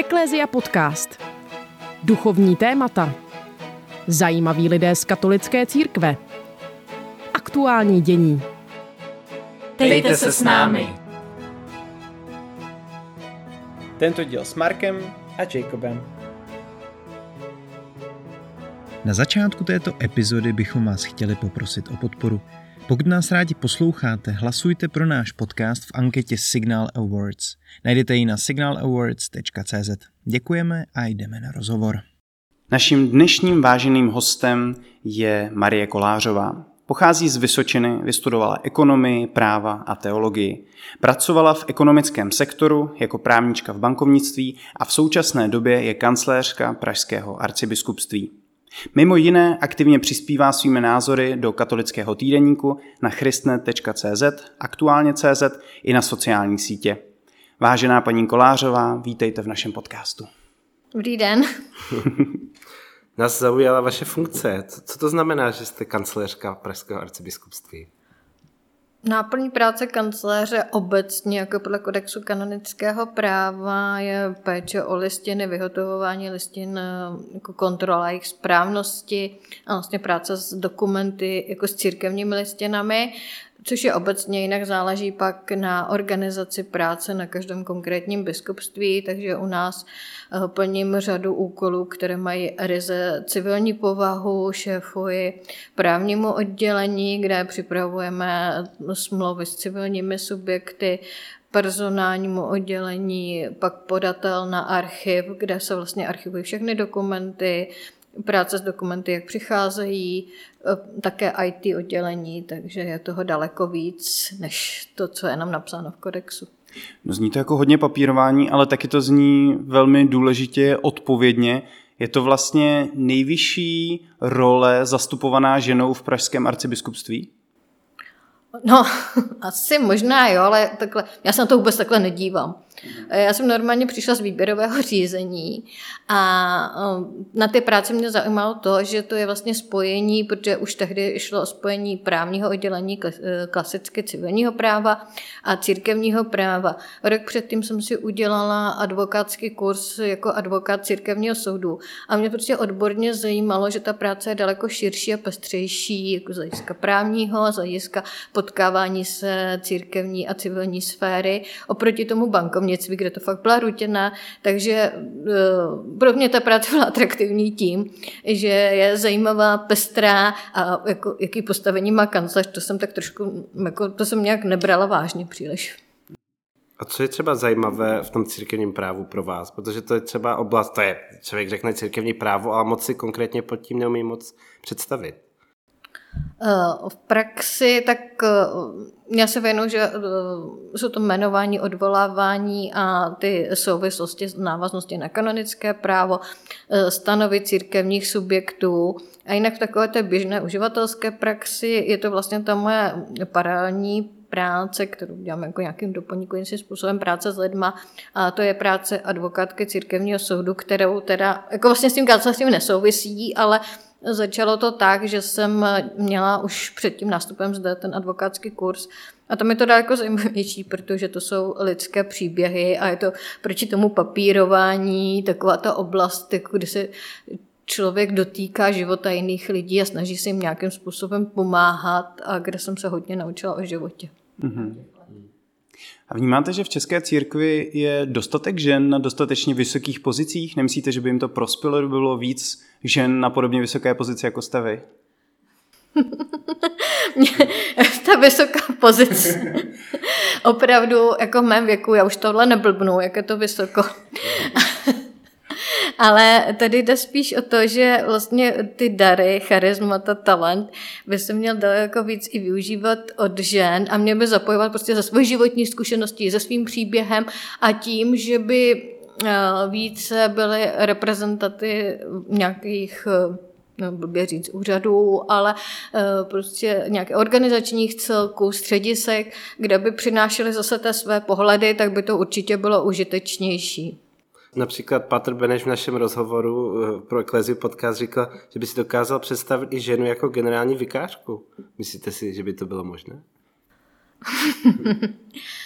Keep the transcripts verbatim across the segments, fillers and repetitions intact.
Eklézia podcast. Duchovní témata. Zajímaví lidé z katolické církve. Aktuální dění. Dejte se s námi. Tento díl s Markem a Jacobem. Na začátku této epizody bychom vás chtěli poprosit o podporu. Pokud nás rádi posloucháte, hlasujte pro náš podcast v anketě Signal Awards. Najdete ji na signal awards tečka cé zet. Děkujeme a jdeme na rozhovor. Naším dnešním váženým hostem je Marie Kolářová. Pochází z Vysočiny, vystudovala ekonomii, práva a teologii. Pracovala v ekonomickém sektoru jako právnička v bankovnictví a v současné době je kancléřka pražského arcibiskupství. Mimo jiné aktivně přispívá svými názory do katolického týdeníku na christnet tečka cé zet, aktuálně tečka cé zet i na sociální sítě. Vážená paní Kolářová, vítejte v našem podcastu. Dobrý den. Nás zaujala vaše funkce. Co to znamená, že jste kancléřka pražského arcibiskupství? Náplní práce kancléře obecně jako podle kodexu kanonického práva je péče o listiny, vyhotovování listin, jako kontrola jejich správnosti a vlastně práce s dokumenty jako s církevními listinami, což je obecně, jinak záleží pak na organizaci práce na každém konkrétním biskupství, takže u nás plním řadu úkolů, které mají ryze civilní povahu, šéfuji právnímu oddělení, kde připravujeme smlouvy s civilními subjekty, personálnímu oddělení, pak podatel na archiv, kde se vlastně archivují všechny dokumenty, práce s dokumenty, jak přicházejí, také í té oddělení, takže je toho daleko víc, než to, co je nám napsáno v kodexu. No, zní to jako hodně papírování, ale taky to zní velmi důležitě, odpovědně. Je to vlastně nejvyšší role zastupovaná ženou v pražském arcibiskupství? No, asi možná jo, ale takhle, já se na to vůbec takhle nedívám. Já jsem normálně přišla z výběrového řízení a na té práci mě zajímalo to, že to je vlastně spojení, protože už tehdy šlo o spojení právního oddělení klasicky civilního práva a církevního práva. Rok předtím jsem si udělala advokátský kurz jako advokát církevního soudu a mě prostě odborně zajímalo, že ta práce je daleko širší a pestřejší, jako z hlediska právního, z hlediska potkávání se církevní a civilní sféry oproti tomu bankovnictví, kde to fakt byla rutina, takže uh, pro mě ta práce byla atraktivní tím, že je zajímavá, pestrá a jako, jaký postavení má kancléř, to jsem tak trošku, jako, to jsem nějak nebrala vážně příliš. A co je třeba zajímavé v tom církevním právu pro vás? Protože to je třeba oblast, to je, člověk řekne církevní právo, ale moc si konkrétně pod tím neumí moc představit. V praxi, tak já se věnuju, že jsou to jmenování, odvolávání a ty souvislosti, návaznosti na kanonické právo, stanovy církevních subjektů. A jinak v takové té běžné uživatelské praxi je to vlastně ta moje paralelní práce, kterou dělám jako nějakým doplňujícím způsobem práce s lidma, a to je práce advokátky církevního soudu, kterou teda, jako vlastně s tím kancelářstvím nesouvisí, ale začalo to tak, že jsem měla už před tím nástupem zde ten advokátský kurz a tam je to daleko zajímavější, protože to jsou lidské příběhy a je to proti tomu papírování, taková ta oblast, jako kdy se člověk dotýká života jiných lidí a snaží se jim nějakým způsobem pomáhat a kde jsem se hodně naučila o životě. Mm-hmm. A vnímáte, že v české církvi je dostatek žen na dostatečně vysokých pozicích? Nemyslíte, že by jim to prospělo, kdyby bylo víc žen na podobně vysoké pozici, jako jste vy? Ta vysoká pozice. Opravdu, jako v mém věku, já už tohle neblbnu, jak je to vysoko. Ale tady jde spíš o to, že vlastně ty dary, charismata, talent by se měl daleko víc i využívat od žen a měl by zapojovat prostě ze svojí životní zkušenosti, se svým příběhem a tím, že by více byly reprezentanty nějakých, no, blbě říct úřadů, ale prostě nějaké organizačních celků, středisek, kde by přinášely zase té své pohledy, tak by to určitě bylo užitečnější. Například Patr Beneš v našem rozhovoru pro Ekléziu podcast říkal, že by si dokázal představit i ženu jako generální vikářku. Myslíte si, že by to bylo možné?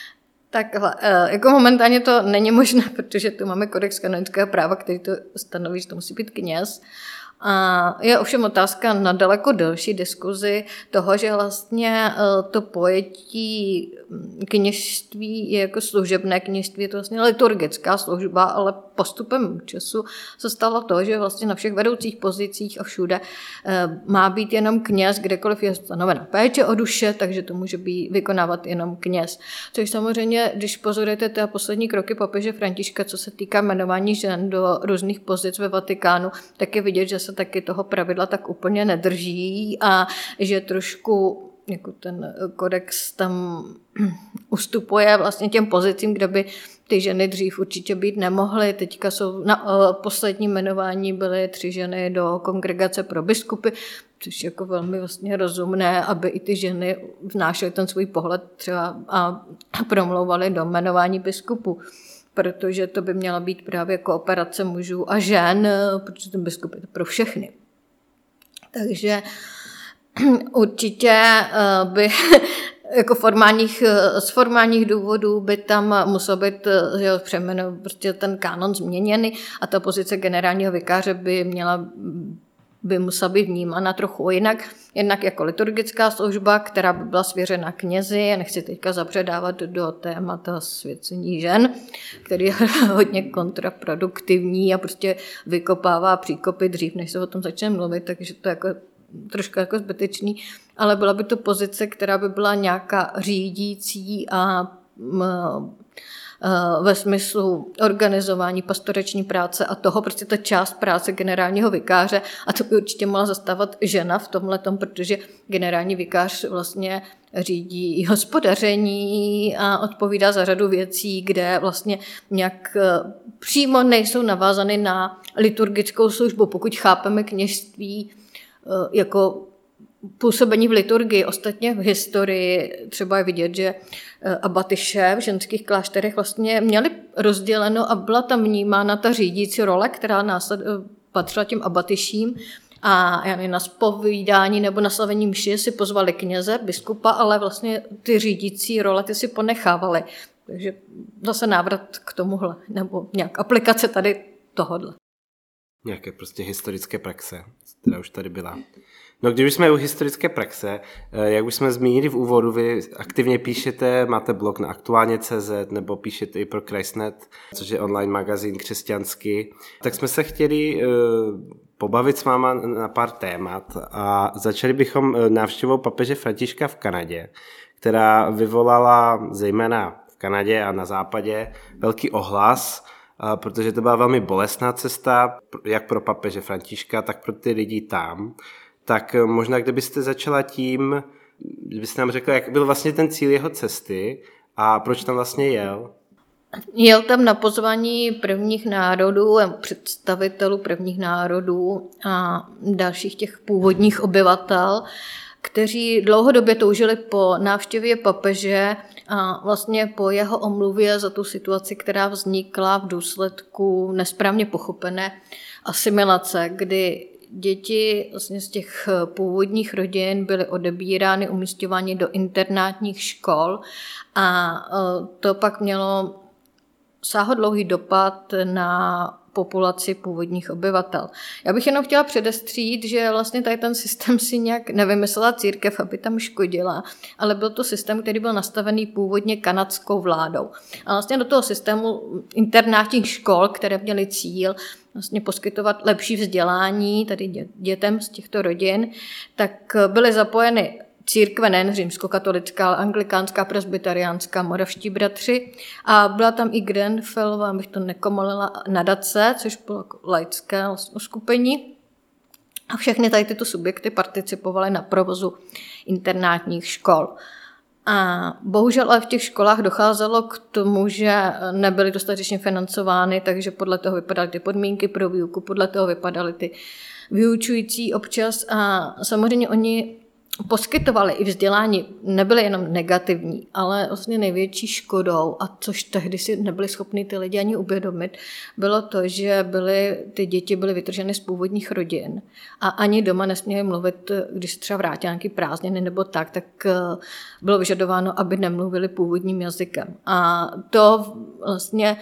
Takhle, jako momentálně to není možné, protože tu máme kodex kanonického práva, který to stanoví, že to musí být kněz. A je ovšem otázka na daleko delší diskuzi toho, že vlastně to pojetí kněžství je jako služebné kněžství, je to vlastně liturgická služba, ale postupem času se stalo to, že vlastně na všech vedoucích pozicích a všude má být jenom kněz, kdekoliv je stanovena péče o duše, takže to může být vykonávat jenom kněz. Což samozřejmě, když pozorujete ty poslední kroky papeže Františka, co se týká jmenování žen do různých pozic ve Vatikánu, tak je vidět, že se taky toho pravidla tak úplně nedrží a že trošku jako ten kodex tam ustupuje vlastně těm pozicím, kde by ty ženy dřív určitě být nemohly. Teďka jsou na poslední jmenování byly tři ženy do kongregace pro biskupy, což je jako velmi vlastně rozumné, aby i ty ženy vnášely ten svůj pohled třeba a promlouvaly do jmenování biskupů. Protože to by měla být právě kooperace mužů a žen, protože ten biskup je to pro všechny. Takže určitě by jako formálních, z formálních důvodů by tam musel být přeměno, prostě ten kánon změněný a ta pozice generálního vikáře by měla by musela být vnímána trochu jinak, jednak jako liturgická služba, která by byla svěřena knězi. Nechci teďka zapředávat do témata svěcení žen, který je hodně kontraproduktivní a prostě vykopává příkopy dřív, než se o tom začne mluvit, takže to je jako trošku jako zbytečný, ale byla by to pozice, která by byla nějaká řídící a ve smyslu organizování pastorační práce a toho prostě ta část práce generálního vikáře a to by určitě mohla zastávat žena v tomhletom, protože generální vikář vlastně řídí hospodaření a odpovídá za řadu věcí, kde vlastně nějak přímo nejsou navázány na liturgickou službu, pokud chápeme kněžství jako působení v liturgii. Ostatně v historii třeba je vidět, že abatyše v ženských klášterech vlastně měly rozděleno a byla tam vnímána ta řídící role, která násled patřila těm abatyším. A já nevím, na zpovídání nebo na slavení mši si pozvali kněze, biskupa, ale vlastně ty řídící role ty si ponechávali. Takže zase návrat k tomuhle, nebo nějak aplikace tady tohodle. Nějaké prostě historické praxe, která už tady byla. No, když jsme u historické praxe, jak už jsme zmínili v úvodu, vy aktivně píšete, máte blog na aktuálně tečka cé zet nebo píšete i pro Christnet, což je online magazín křesťanský, tak jsme se chtěli pobavit s váma na pár témat a začali bychom návštěvou papeže Františka v Kanadě, která vyvolala zejména v Kanadě a na západě velký ohlas, protože to byla velmi bolestná cesta, jak pro papeže Františka, tak pro ty lidi tam. Tak možná, kdybyste začala tím, kdybyste nám řekla, jak byl vlastně ten cíl jeho cesty a proč tam vlastně jel? Jel tam na pozvání prvních národů, představitelů prvních národů a dalších těch původních obyvatel, kteří dlouhodobě toužili po návštěvě papeže a vlastně po jeho omluvě za tu situaci, která vznikla v důsledku nesprávně pochopené asimilace, kdy děti vlastně z těch původních rodin byly odebírány, umísťovány do internátních škol a to pak mělo sáhodlouhý dopad na populaci původních obyvatel. Já bych jenom chtěla předestřít, že vlastně tady ten systém si nějak nevymyslela církev, aby tam škodila, ale byl to systém, který byl nastavený původně kanadskou vládou. A vlastně do toho systému internátních škol, které měly cíl vlastně poskytovat lepší vzdělání tady dětem z těchto rodin, tak byly zapojeny církve, nejen římskokatolická, ale anglikánská, presbyteriánská, moravští bratři a byla tam i Grenfellová, abych to nekomolila, nadace, což bylo laické uskupení. A všechny tady tyto subjekty participovaly na provozu internátních škol. A bohužel ale v těch školách docházelo k tomu, že nebyly dostatečně financovány, takže podle toho vypadaly ty podmínky pro výuku, podle toho vypadaly ty vyučující občas a samozřejmě oni poskytovali i vzdělání, nebyly jenom negativní, ale vlastně největší škodou, a což tehdy si nebyli schopni ty lidi ani uvědomit, bylo to, že byly, ty děti byly vytrženy z původních rodin a ani doma nesměly mluvit, když se třeba vrátí nějaký prázdniny nebo tak, tak bylo vyžadováno, aby nemluvili původním jazykem. A to vlastně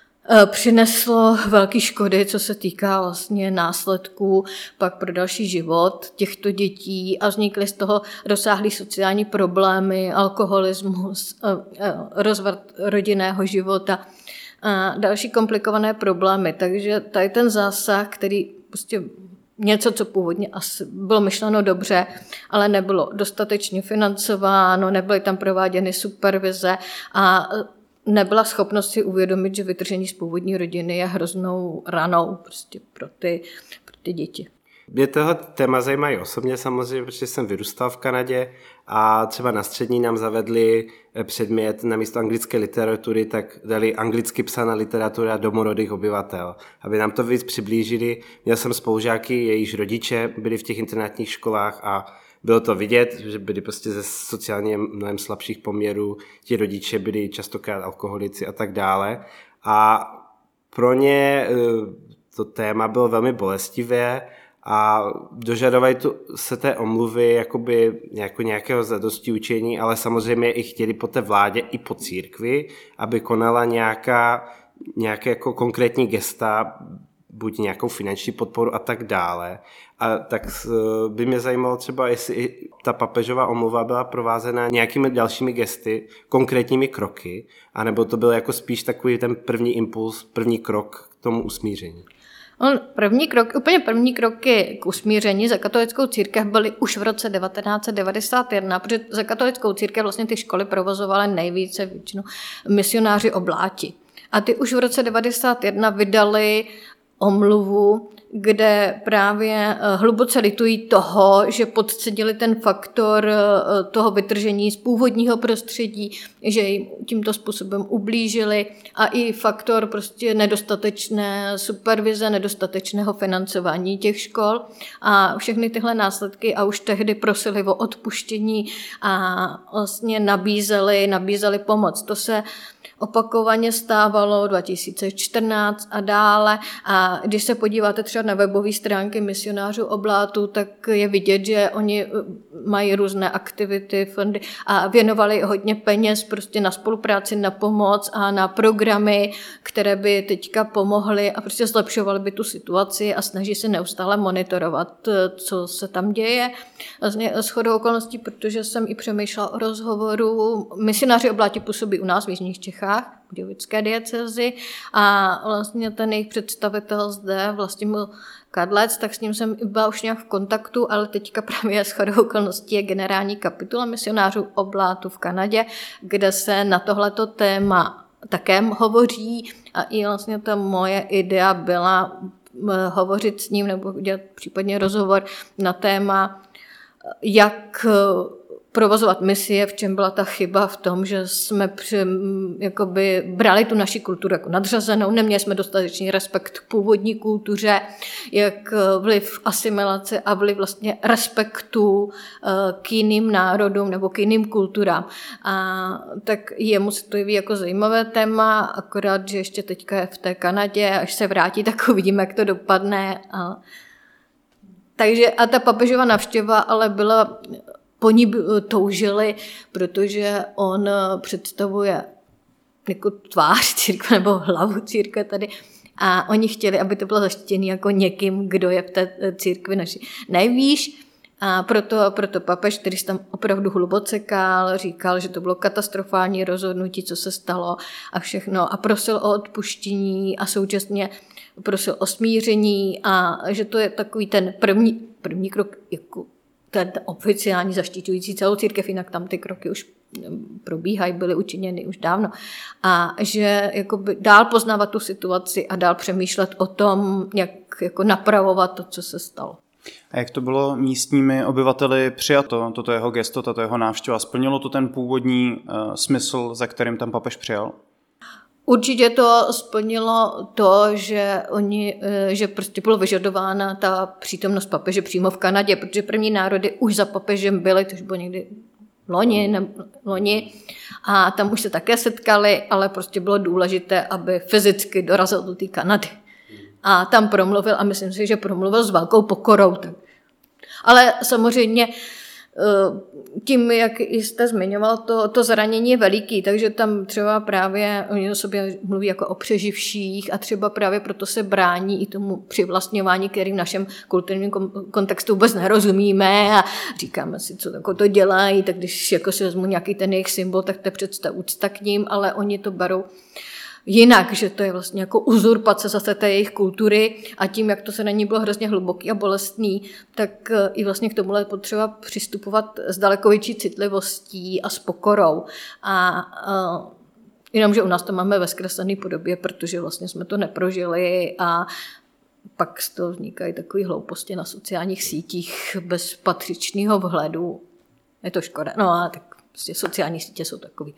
přineslo velké škody, co se týká vlastně následků pak pro další život těchto dětí a vznikly z toho rozsáhlé sociální problémy, alkoholismus, rozvrat rodinného života a další komplikované problémy. Takže tady ten zásah, který prostě něco, co původně asi bylo myšleno dobře, ale nebylo dostatečně financováno, nebyly tam prováděny supervize a nebyla schopnost si uvědomit, že vytržení z původní rodiny je hroznou ranou prostě pro ty, pro ty děti. Mě toho téma zajímají osobně samozřejmě, protože jsem vyrůstal v Kanadě a třeba na střední nám zavedli předmět na místo anglické literatury, tak dali anglicky psaná literatura domorodých obyvatel, aby nám to víc přiblížili. Měl jsem spolužáky, jejichž rodiče byli v těch internátních školách a bylo to vidět, že byli prostě ze sociálně mnohem slabších poměrů, ti rodiče byli častokrát alkoholici a tak dále. A pro ně to téma bylo velmi bolestivé a dožadovali tu, se té omluvy jakoby jako nějakého zadostiučinění, ale samozřejmě i chtěli po té vládě i po církvi, aby konala nějaká, nějaké jako konkrétní gesta, buď nějakou finanční podporu a tak dále. A tak by mě zajímalo třeba, jestli i ta papežová omluva byla provázena nějakými dalšími gesty, konkrétními kroky, anebo to byl jako spíš takový ten první impuls, první krok k tomu usmíření. On první krok, úplně první kroky k usmíření za katolickou církev byly už v roce devatenáct set devadesát jedna, protože za katolickou církev vlastně ty školy provozovaly nejvíce většinou misionáři obláti. A ty už v roce devadesát jedna vydali omluvu, kde právě hluboce litují toho, že podcenili ten faktor toho vytržení z původního prostředí, že jim tímto způsobem ublížili a i faktor prostě nedostatečné supervize, nedostatečného financování těch škol a všechny tyhle následky a už tehdy prosili o odpuštění a vlastně nabízeli, nabízeli pomoc. To se opakovaně stávalo dva tisíce čtrnáct a dále a když se podíváte třeba na webové stránky misionářů oblátu, tak je vidět, že oni mají různé aktivity, fondy a věnovali hodně peněz prostě na spolupráci, na pomoc a na programy, které by teďka pomohly a prostě zlepšovaly by tu situaci a snaží se neustále monitorovat, co se tam děje. Vlastně shodou okolností, protože jsem i přemýšlela o rozhovoru, misionáři obláti působí u nás v jižních Čechách, v Budějovické diecézi a vlastně ten jejich představitel zde, Vlastimil Kadlec, tak s ním jsem byla už nějak v kontaktu, ale teďka právě shodou okolností je generální kapitula misionářů oblátu v Kanadě, kde se na tohleto téma také hovoří a i vlastně ta moje idea byla hovořit s ním nebo udělat případně rozhovor na téma, jak provozovat misie, v čem byla ta chyba v tom, že jsme při, jakoby brali tu naši kulturu jako nadřazenou, neměli jsme dostatečný respekt k původní kultuře, jak vliv asimilace a vliv vlastně respektu k jiným národům nebo k jiným kulturám. A tak jemu se to jeví jako zajímavé téma, akorát, že ještě teďka je v té Kanadě, až se vrátí, tak uvidíme, jak to dopadne. A takže a ta papežova návštěva ale byla, po ní toužili, protože on představuje jako tvář církve nebo hlavu církve tady a oni chtěli, aby to bylo zaštítěné jako někým, kdo je v té církvi naší nejvýš. A proto, proto papež, který se tam opravdu hluboce kál, říkal, že to bylo katastrofální rozhodnutí, co se stalo a všechno a prosil o odpuštění a současně prosil o smíření a že to je takový ten první, první krok, jako ten oficiální zaštiťující celou církev, jinak tam ty kroky už probíhají, byly učiněny už dávno. A že jakoby dál poznávat tu situaci a dál přemýšlet o tom, jak jako napravovat to, co se stalo. A jak to bylo místními obyvateli přijato, toto jeho gesto, tato jeho návštěva? Splnilo to ten původní uh, smysl, za kterým tam papež přijal? Určitě to splnilo to, že oni, že prostě bylo vyžadována ta přítomnost papeže přímo v Kanadě, protože první národy už za papežem byly, to už bylo někdy loni, ne, loni a tam už se také setkali, ale prostě bylo důležité, aby fyzicky dorazil do té Kanady. A tam promluvil a myslím si, že promluvil s velkou pokorou. Ale samozřejmě tím, jak jste zmiňoval, to, to zranění je veliký, takže tam třeba právě oni o sobě mluví jako o přeživších a třeba právě proto se brání i tomu přivlastňování, který v našem kulturním kontextu vůbec nerozumíme a říkáme si, co tako to dělají, tak když jako si vezmu nějaký ten jejich symbol, tak to je přece úcta k ním, ale oni to berou jinak, že to je vlastně jako uzurpace zase té jejich kultury a tím, jak to se na ní bylo hrozně hluboký a bolestný, tak i vlastně k tomu je potřeba přistupovat s daleko větší citlivostí a s pokorou. A, a jenom, že u nás to máme ve zkreslené podobě, protože vlastně jsme to neprožili a pak z toho vznikají takové hlouposti na sociálních sítích bez patřičného vhledu. Je to škoda. No a tak prostě sociální sítě jsou takový.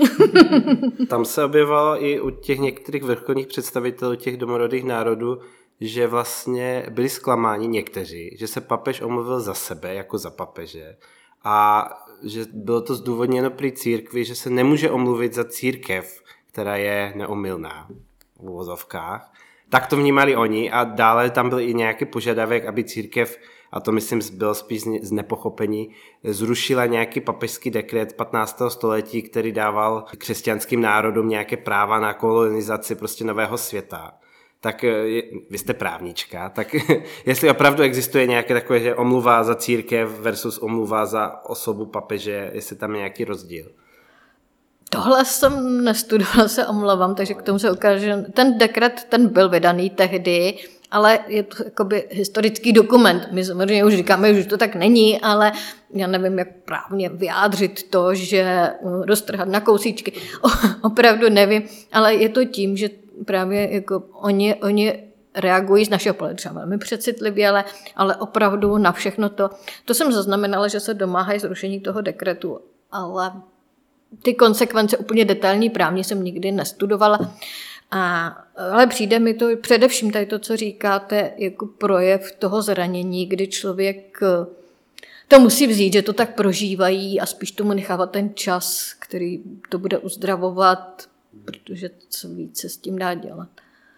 Tam se objevilo i u těch některých vrcholných představitelů těch domorodých národů, že vlastně byli zklamáni někteří, že se papež omluvil za sebe, jako za papeže, a že bylo to zdůvodněno prý církvi, že se nemůže omluvit za církev, která je neomylná v uvozovkách. Tak to vnímali oni a dále tam byl i nějaký požadavek, aby církev, a to myslím bylo spíš z nepochopení, zrušila nějaký papežský dekret patnáctého století, který dával křesťanským národům nějaké práva na kolonizaci prostě nového světa. Tak je, vy jste právnička, tak jestli opravdu existuje nějaké takové, že omluva za církev versus omluva za osobu papeže, jestli tam je nějaký rozdíl? Tohle jsem nestudovala, se omlouvám, takže k tomu se ukáže, že ten dekret, ten byl vydaný tehdy, ale je to jakoby historický dokument. My samozřejmě už říkáme, že to tak není, ale já nevím, jak právně vyjádřit to, že roztrhat na kousíčky. Opravdu nevím, ale je to tím, že právě jako oni, oni reagují z našeho pohledu třeba velmi přecitlivě, ale, ale opravdu na všechno to. To jsem zaznamenala, že se domáhají zrušení toho dekretu, ale ty konsekvence úplně detailní právně jsem nikdy nestudovala. A, ale přijde mi to především tady to, co říkáte, jako projev toho zranění, kdy člověk to musí vzít, že to tak prožívají a spíš tomu nechávat ten čas, který to bude uzdravovat, protože co víc se s tím dá dělat.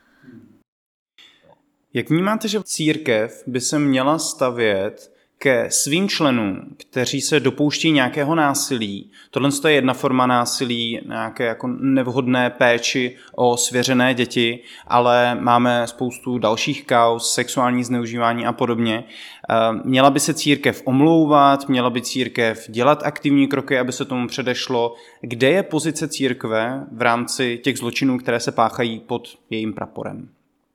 Jak vnímáte, že církev by se měla stavět ke svým členům, kteří se dopouští nějakého násilí? Tohle je jedna forma násilí, nějaké jako nevhodné péči o svěřené děti, ale máme spoustu dalších kauz, sexuální zneužívání a podobně. Měla by se církev omlouvat, měla by církev dělat aktivní kroky, aby se tomu předešlo. Kde je pozice církve v rámci těch zločinů, které se páchají pod jejím praporem?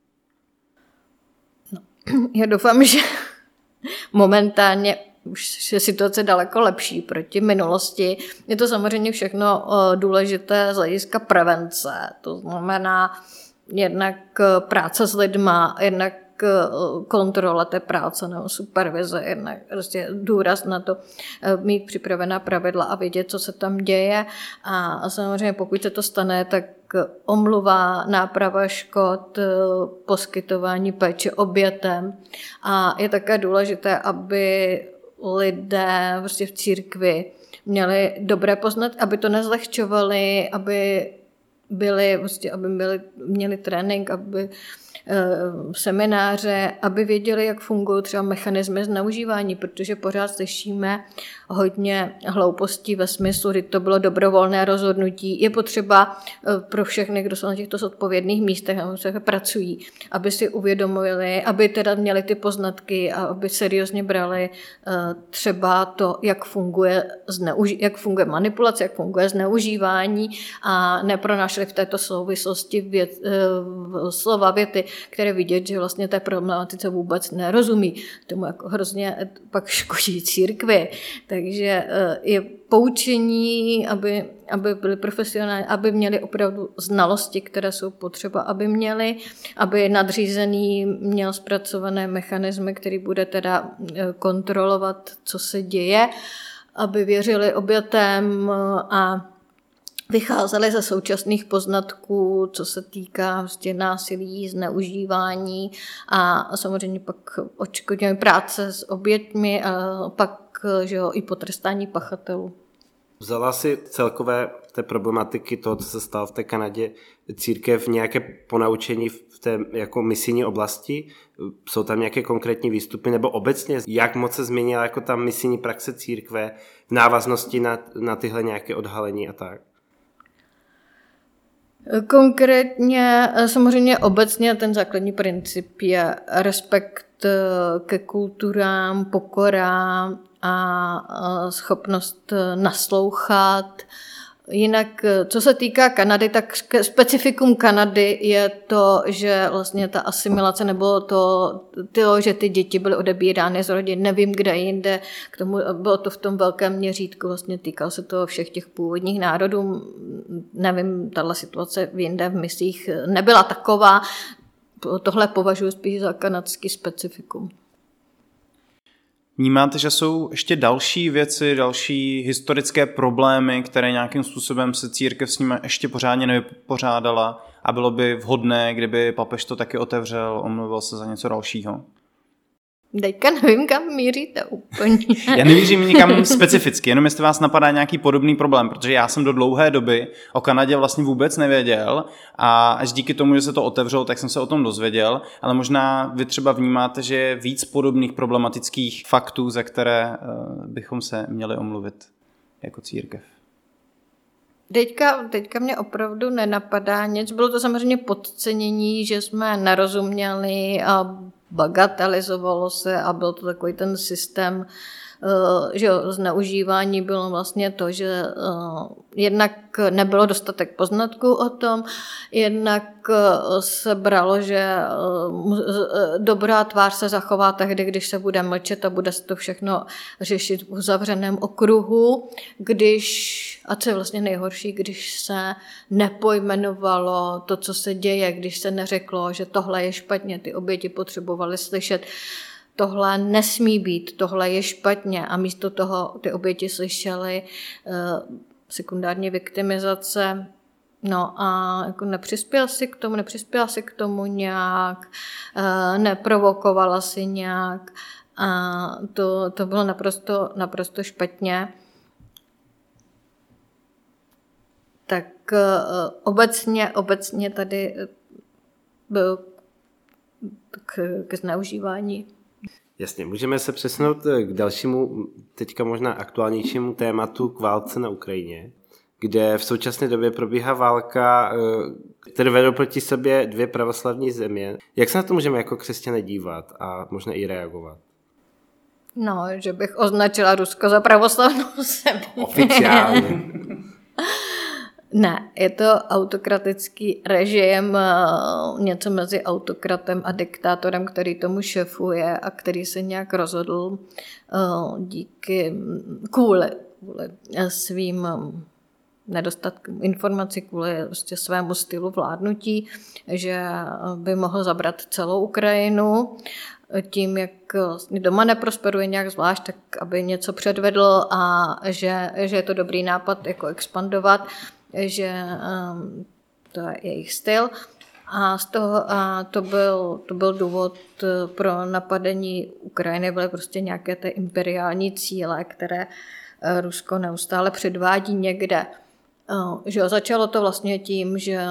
No, já doufám, že momentálně už je situace daleko lepší proti minulosti. Je to samozřejmě všechno důležité z hlediska prevence. To znamená jednak práce s lidma, jednak kontrola té práce nebo supervize, jednak prostě důraz na to mít připravená pravidla a vědět, co se tam děje. A samozřejmě pokud se to stane, tak omluva, náprava škod, poskytování péče obětem. A je také důležité, aby lidé prostě v církvi měli dobré poznat, aby to nezlehčovali, aby byli, prostě, aby byli, měli trénink, aby semináře, aby věděli, jak fungují třeba mechanismy zneužívání, protože pořád slyšíme hodně hloupostí ve smyslu, že to bylo dobrovolné rozhodnutí. Je potřeba pro všechny, kdo jsou na těchto odpovědných místech a se pracují, aby si uvědomili, aby teda měli ty poznatky a aby seriózně brali třeba to, jak funguje, zneuži- jak funguje manipulace, jak funguje zneužívání a nepronášeli v této souvislosti věc, slova, věty, které vidět, že vlastně té problematice vůbec nerozumí. Tomu jako hrozně pak škodí církvi. Takže je poučení, aby, aby byli profesionální, aby měli opravdu znalosti, které jsou potřeba, aby měli, aby nadřízený měl zpracované mechanismy, který bude teda kontrolovat, co se děje, aby věřili obětem a vycházeli ze současných poznatků, co se týká vlastně násilí, zneužívání a samozřejmě pak odškodňování práce s oběťmi a pak že jo, i potrestání pachatelů. Vzala si celkové té problematiky toho, co se stalo v té Kanadě, církev nějaké ponaučení v té jako misijní oblasti? Jsou tam nějaké konkrétní výstupy? Nebo obecně, jak moc se změnila jako ta misijní praxe církve v návaznosti na, na tyhle nějaké odhalení a tak? Konkrétně, samozřejmě obecně ten základní princip je respekt ke kulturám, pokora a schopnost naslouchat. Jinak, co se týká Kanady, tak specifikum Kanady je to, že vlastně ta asimilace nebo to, to, že ty děti byly odebírány z rodin, nevím kde jinde, k tomu bylo to v tom velkém měřítku, vlastně týkalo se to všech těch původních národů, nevím, tahle situace v jinde v misích nebyla taková, tohle považuji spíš za kanadský specifikum. Vnímáte, že jsou ještě další věci, další historické problémy, které nějakým způsobem se církev s nimi ještě pořádně nevypořádala a bylo by vhodné, kdyby papež to taky otevřel, omluvil se za něco dalšího? Teďka nevím, kam míříte úplně. Já nemířím nikam specificky, jenom jestli vás napadá nějaký podobný problém, protože já jsem do dlouhé doby o Kanadě vlastně vůbec nevěděl a až díky tomu, že se to otevřelo, tak jsem se o tom dozvěděl, ale možná vy třeba vnímáte, že je víc podobných problematických faktů, za které bychom se měli omluvit jako církev. Teďka, teďka mě opravdu nenapadá nic. Bylo to samozřejmě podcenění, že jsme nerozuměli a bagatelizovalo se a byl to takový ten systém, že zneužívání bylo vlastně to, že jednak nebylo dostatek poznatků o tom, jednak se bralo, že dobrá tvář se zachová tehdy, když se bude mlčet a bude se to všechno řešit v uzavřeném okruhu, když, a co je vlastně nejhorší, když se nepojmenovalo to, co se děje, když se neřeklo, že tohle je špatně, ty oběti potřebovaly slyšet, tohle nesmí být, tohle je špatně a místo toho ty oběti slyšely uh, sekundární viktimizace, no a jako nepřispěla si k tomu, nepřispěla si k tomu nějak, uh, neprovokovala si nějak a to, to bylo naprosto, naprosto špatně. Tak uh, obecně, obecně tady byl k, k zneužívání. Jasně, můžeme se přesunout k dalšímu, teďka možná aktuálnějšímu tématu, k válce na Ukrajině, kde v současné době probíhá válka, které vedou proti sobě dvě pravoslavní země. Jak se na to můžeme jako křesťané dívat a možná i reagovat? No, že bych označila Rusko za pravoslavnou zemi. Oficiálně. Ne, je to autokratický režim, něco mezi autokratem a diktátorem, který tomu šefuje a který se nějak rozhodl díky kvůli, kvůli svým nedostatkům informací, kvůli prostě svému stylu vládnutí, že by mohl zabrat celou Ukrajinu. Tím, jak doma neprosperuje nějak zvlášť, tak aby něco předvedl a že, že je to dobrý nápad jako expandovat, že um, to je jejich styl. A, z toho, a to, byl, to byl důvod pro napadení Ukrajiny, byly prostě nějaké ty imperiální cíle, které Rusko neustále předvádí někde. Že začalo to vlastně tím, že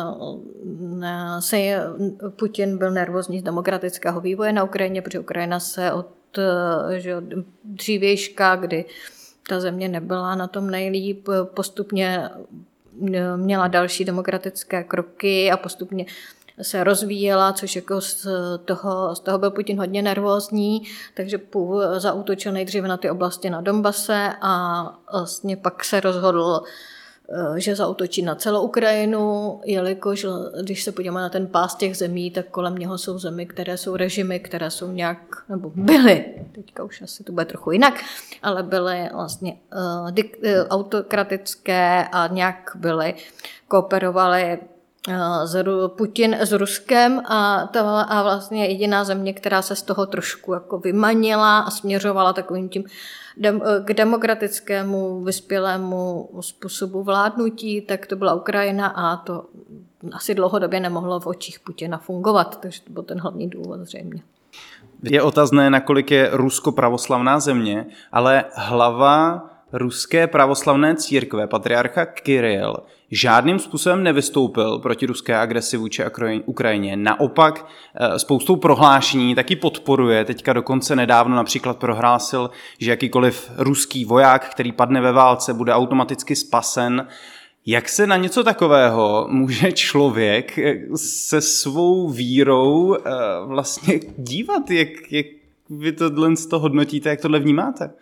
se Putin byl nervózní z demokratického vývoje na Ukrajině, protože Ukrajina se od že dřívějška, kdy ta země nebyla na tom nejlíp, postupně měla další demokratické kroky a postupně se rozvíjela, což jako z toho, z toho byl Putin hodně nervózní, takže zaútočil nejdříve na ty oblasti na Donbase a vlastně pak se rozhodl, že zaútočí na celou Ukrajinu, jelikož když se podíváme na ten pás těch zemí, tak kolem něho jsou zemi, které jsou režimy, které jsou nějak, nebo byly, teďka už asi to bude trochu jinak, ale byly vlastně uh, dik, uh, autokratické a nějak byly, kooperovaly z Putin s Ruskem a, to, a vlastně jediná země, která se z toho trošku jako vymanila a směřovala takovým tím dem, k demokratickému, vyspělému způsobu vládnutí, tak to byla Ukrajina a to asi dlouhodobě nemohlo v očích Putina fungovat, takže to byl ten hlavní důvod zřejmě. Je otazné, nakolik je Rusko pravoslavná země, ale hlava ruské pravoslavné církve, patriarcha Kiril, žádným způsobem nevystoupil proti ruské agresi vůči Ukrajině. Naopak spoustou prohlášení taky podporuje. Teďka dokonce nedávno například prohlásil, že jakýkoliv ruský voják, který padne ve válce, bude automaticky spasen. Jak se na něco takového může člověk se svou vírou vlastně dívat? Jak, jak vy tohle z toho hodnotíte, jak tohle vnímáte?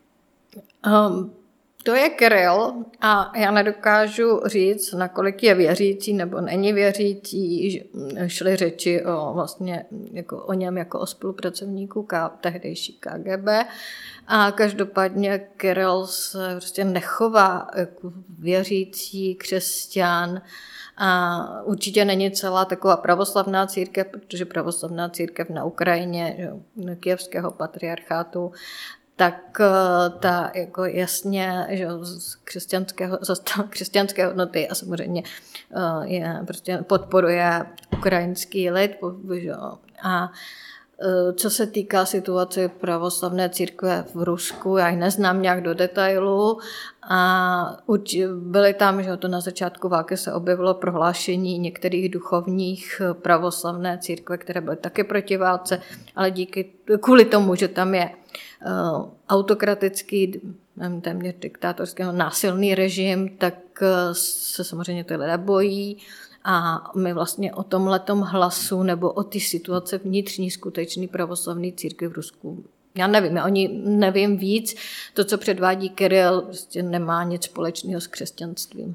Um, to je Kiril a já nedokážu říct, nakolik je věřící nebo není věřící. Šly řeči o, vlastně, jako o něm jako o spolupracovníku K, tehdejší K G B a každopádně Kiril se prostě nechová jako věřící křesťan a určitě není celá taková pravoslavná církev, protože pravoslavná církev na Ukrajině, kyjevského patriarchátu, tak ta jako jasně, že z křesťanského, křesťanské hodnoty a samozřejmě je, prostě podporuje ukrajinský lid. A co se týká situace pravoslavné církve v Rusku, já ji neznám nějak do detailu a byly tam, že to na začátku války se objevilo prohlášení některých duchovních pravoslavné církve, které byly taky proti válce, ale díky, kvůli tomu, že tam je autokratický, téměř diktátorský násilný režim, tak se samozřejmě ty lidé bojí. A my vlastně o tomhletom hlasu nebo o ty situace vnitřní skutečný pravoslavný církvi v Rusku, já nevím, já o ní nevím víc. To, co předvádí Kiril, prostě nemá nic společného s křesťanstvím.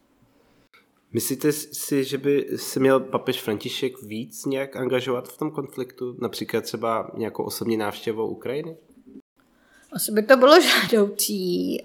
Myslíte si, že by se měl papež František víc nějak angažovat v tom konfliktu? Například třeba nějakou osobní návštěvou Ukrajiny? Asi by to bylo žádoucí.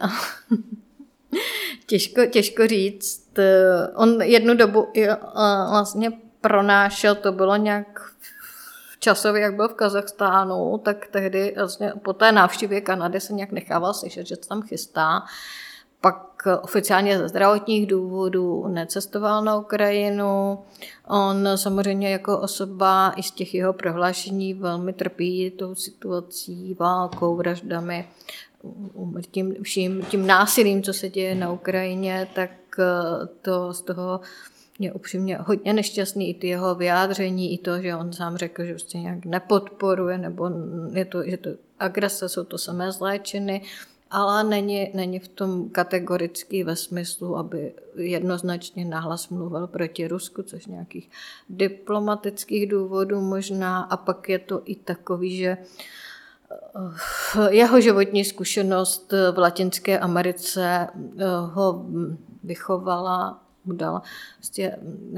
Těžko, těžko říct. On jednu dobu vlastně pronášel, to bylo nějak v časově, jak byl v Kazachstánu, tak tehdy vlastně po té návštěvě Kanady se nějak nechával slyšet, že se tam chystá. Pak oficiálně ze zdravotních důvodů necestoval na Ukrajinu. On samozřejmě jako osoba i z těch jeho prohlášení velmi trpí tou situací, válkou, vraždami, tím, vším, tím násilím, co se děje na Ukrajině, tak to z toho je upřímně hodně nešťastný i ty jeho vyjádření, i to, že on sám řekl, že prostě nějak nepodporuje, nebo je to, že to agrese, jsou to samé zléčiny, ale není, není v tom kategorický ve smyslu, aby jednoznačně nahlas mluvil proti Rusku, což nějakých diplomatických důvodů možná, a pak je to i takový, že jeho životní zkušenost v Latinské Americe ho vychovala, dala vlastně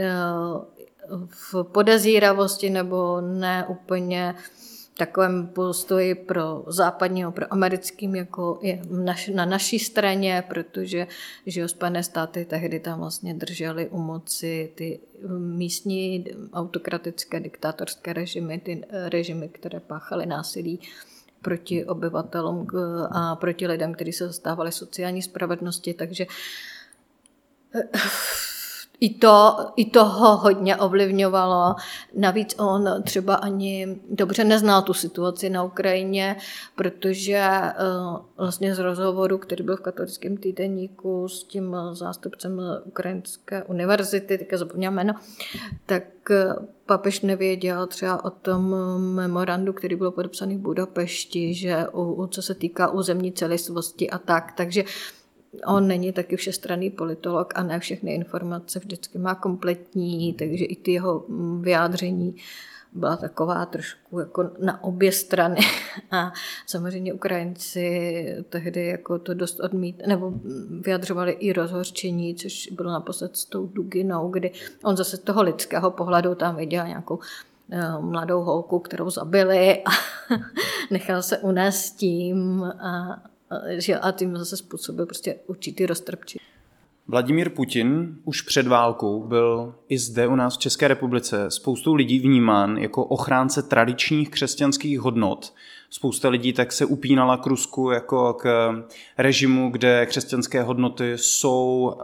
v podezíravosti nebo ne úplně takovém postoji pro západního, pro americkým, jako je na naší straně, protože že Spojené státy tehdy tam vlastně držely u moci ty místní autokratické diktátorské režimy, ty režimy, které páchaly násilí proti obyvatelům a proti lidem, kteří se zastávali sociální spravedlnosti, takže I to, I toho hodně ovlivňovalo. Navíc on třeba ani dobře neznal tu situaci na Ukrajině, protože vlastně z rozhovoru, který byl v Katolickém týdeníku s tím zástupcem Ukrajinské univerzity, teďka zapomněla jméno, tak papež nevěděl třeba o tom memorandu, který byl podepsaný v Budapešti, že u, co se týká územní celistvosti a tak, takže on není taky všestranný politolog a ne všechny informace vždycky má kompletní, takže i ty jeho vyjádření byla taková trošku jako na obě strany. A samozřejmě Ukrajinci tehdy jako to dost odmít, nebo vyjadřovali i rozhořčení, což bylo naposled s tou Duginou, kdy on zase z toho lidského pohledu tam viděl nějakou mladou holku, kterou zabili a nechal se unést tím a a tím zase způsobil prostě určitý roztrpčí. Vladimír Putin už před válkou byl i zde u nás v České republice spoustou lidí vnímán jako ochránce tradičních křesťanských hodnot. Spousta lidí tak se upínala k Rusku jako k režimu, kde křesťanské hodnoty jsou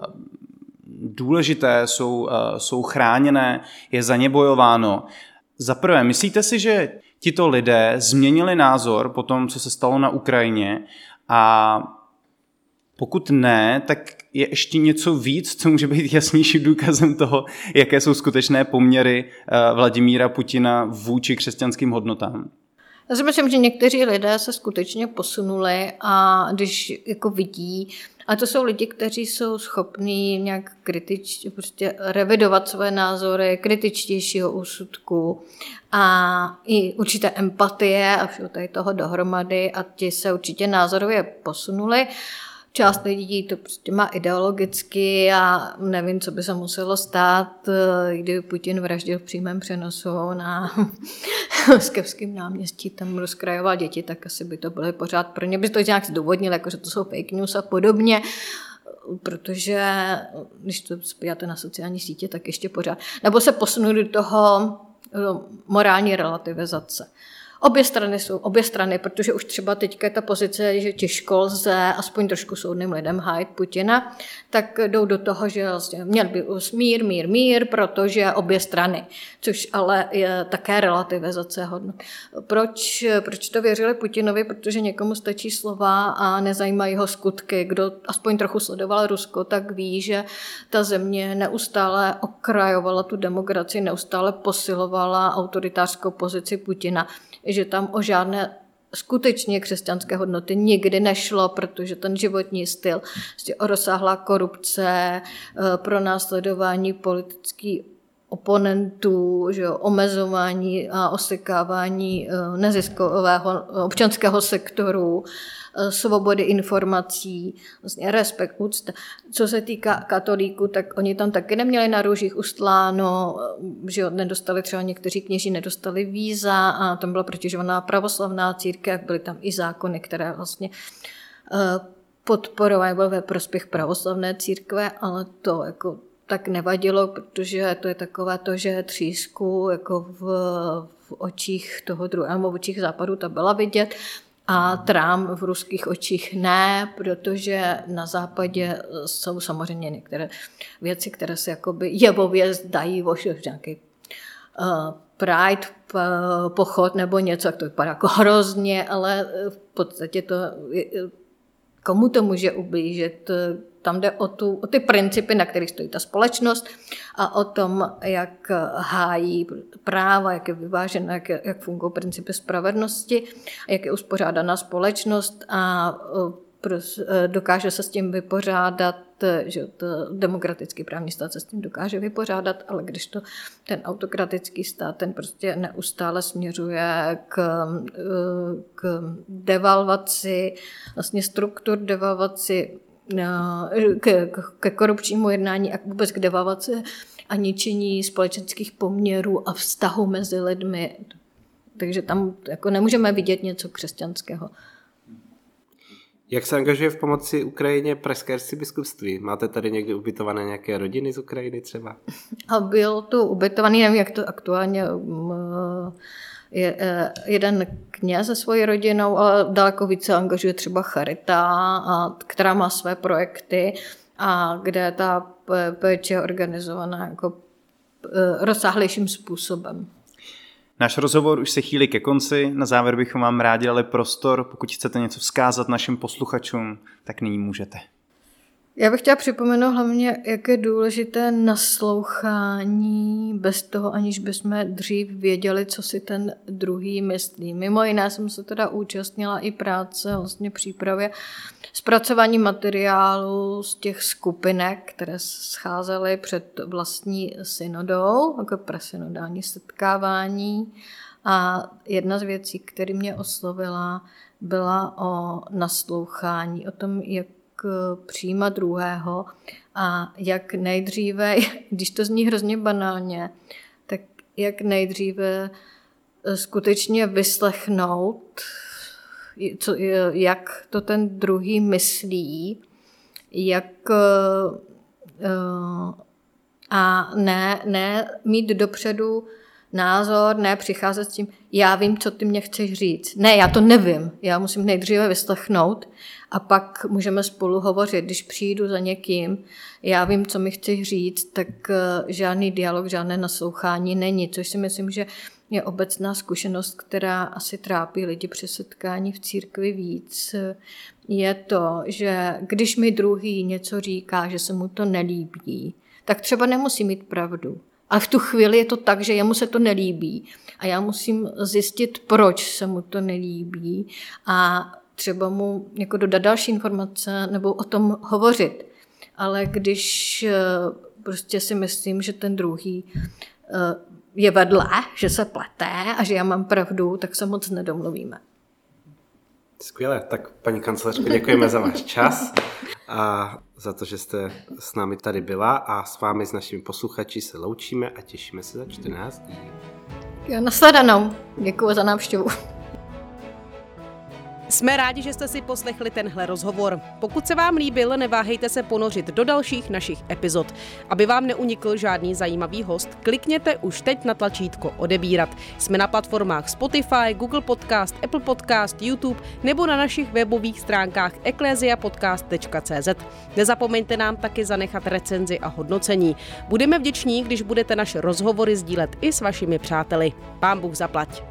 důležité, jsou, jsou chráněné, je za ně bojováno. Za prvé, myslíte si, že tito lidé změnili názor po tom, co se stalo na Ukrajině, a pokud ne, tak je ještě něco víc, co může být jasnějším důkazem toho, jaké jsou skutečné poměry Vladimíra Putina vůči křesťanským hodnotám? Já si myslím, že někteří lidé se skutečně posunuli a když jako vidí, a to jsou lidi, kteří jsou schopní nějak kritičtě, prostě revidovat své názory, kritičtějšího úsudku a i určité empatie a všeho tady toho dohromady, a ti se určitě názorově posunuli. Část lidí to prostě má ideologicky a nevím, co by se muselo stát, kdyby Putin vraždil v přímém přenosu na Moskevském náměstí, tam rozkrajoval děti, tak asi by to bylo pořád pro ně. By to nějak zdůvodnil, jako že to jsou fake news a podobně, protože když to podíváte na sociální sítě, tak ještě pořád. Nebo se posunuli do toho do morální relativizace. Obě strany jsou, obě strany, protože už třeba teďka je ta pozice, že těžko lze aspoň trošku soudným lidem hájit Putina, tak jdou do toho, že vlastně měl by mír, mír, mír, protože obě strany, což ale je také relativizace hodnot. Proč, proč to věřili Putinovi? Protože někomu stačí slova a nezajímají ho skutky. Kdo aspoň trochu sledoval Rusko, tak ví, že ta země neustále okrajovala tu demokracii, neustále posilovala autoritářskou pozici Putina, že tam o žádné skutečně křesťanské hodnoty nikdy nešlo, protože ten životní styl, o rozsáhlá korupce, pronásledování politických oponentů, že jo, omezování a osekávání neziskového občanského sektoru, svobody informací, vlastně respekt, úcta. Co se týká katolíků, tak oni tam taky neměli na růžích ustláno, že nedostali třeba někteří kněží, nedostali víza a tam byla protěžovaná pravoslavná církev, byly tam i zákony, které vlastně podporovaly, byly ve prospěch pravoslavné církve, ale to jako tak nevadilo, protože to je takové to, že třísku jako v, v očích toho druhého, v očích západu ta byla vidět, a trám v ruských očích ne, protože na západě jsou samozřejmě některé věci, které se jakoby jevově zdají, nějaký uh, pride pochod nebo něco, jak to vypadá jako hrozně, ale v podstatě to, komu to může ublížit? Tam jde o, tu, o ty principy, na kterých stojí ta společnost a o tom, jak hájí práva, jak je vyvážená, jak, je, jak fungují principy spravedlnosti, jak je uspořádaná společnost a dokáže se s tím vypořádat, že to demokratický právní stát se s tím dokáže vypořádat, ale když to ten autokratický stát, ten prostě neustále směřuje k, k devalvaci, vlastně struktur devalvaci, ke, ke korupčnímu jednání a vůbec k devalvaci a ničení společenských poměrů a vztahu mezi lidmi. Takže tam jako nemůžeme vidět něco křesťanského. Jak se angažuje v pomoci Ukrajině pražské arcibiskupství? Máte tady někdy ubytované nějaké rodiny z Ukrajiny třeba? A byl tu ubytovaný, nevím, jak to aktuálně je jeden kněz se svojí rodinou, ale daleko více angažuje třeba Charita, a, která má své projekty a kde ta péče je organizovaná jako rozsáhlejším způsobem. Náš rozhovor už se chýlí ke konci. Na závěr bychom vám rádi dali prostor. Pokud chcete něco vzkázat našim posluchačům, tak nyní můžete. Já bych chtěla připomenout hlavně, jak je důležité naslouchání bez toho, aniž bychom dřív věděli, co si ten druhý myslí. Mimo jiné jsem se teda účastnila i práce, vlastně přípravě zpracování materiálu z těch skupinek, které scházely před vlastní synodou, jako presynodální setkávání. A jedna z věcí, které mě oslovila, byla o naslouchání, o tom, jak přijímat druhého a jak nejdříve, když to zní hrozně banálně, tak jak nejdříve skutečně vyslechnout, co, jak to ten druhý myslí, jak A ne, ne mít dopředu názor, ne přicházet s tím, já vím, co ty mě chceš říct. Ne, já to nevím. Já musím nejdříve vyslechnout a pak můžeme spolu hovořit. Když přijdu za někým, já vím, co mi chceš říct, tak žádný dialog, žádné naslouchání není, což si myslím, že je obecná zkušenost, která asi trápí lidi při setkání v církvi víc. Je to, že když mi druhý něco říká, že se mu to nelíbí, tak třeba nemusí mít pravdu. Ale v tu chvíli je to tak, že jemu se to nelíbí. A já musím zjistit, proč se mu to nelíbí a třeba mu jako dodat další informace nebo o tom hovořit. Ale když prostě si myslím, že ten druhý je vedle, že se plete a že já mám pravdu, tak se moc nedomluvíme. Skvěle, tak paní kancléřko, děkujeme za váš čas a za to, že jste s námi tady byla a s vámi, s našimi posluchači se loučíme a těšíme se za čtrnáct dní. Jo, nasledanou. Děkuji za návštěvu. Jsme rádi, že jste si poslechli tenhle rozhovor. Pokud se vám líbil, neváhejte se ponořit do dalších našich epizod. Aby vám neunikl žádný zajímavý host, klikněte už teď na tlačítko odebírat. Jsme na platformách Spotify, Google Podcast, Apple Podcast, YouTube nebo na našich webových stránkách ecclesiapodcast tečka cé zet. Nezapomeňte nám taky zanechat recenzi a hodnocení. Budeme vděční, když budete naše rozhovory sdílet i s vašimi přáteli. Pán Bůh zaplať.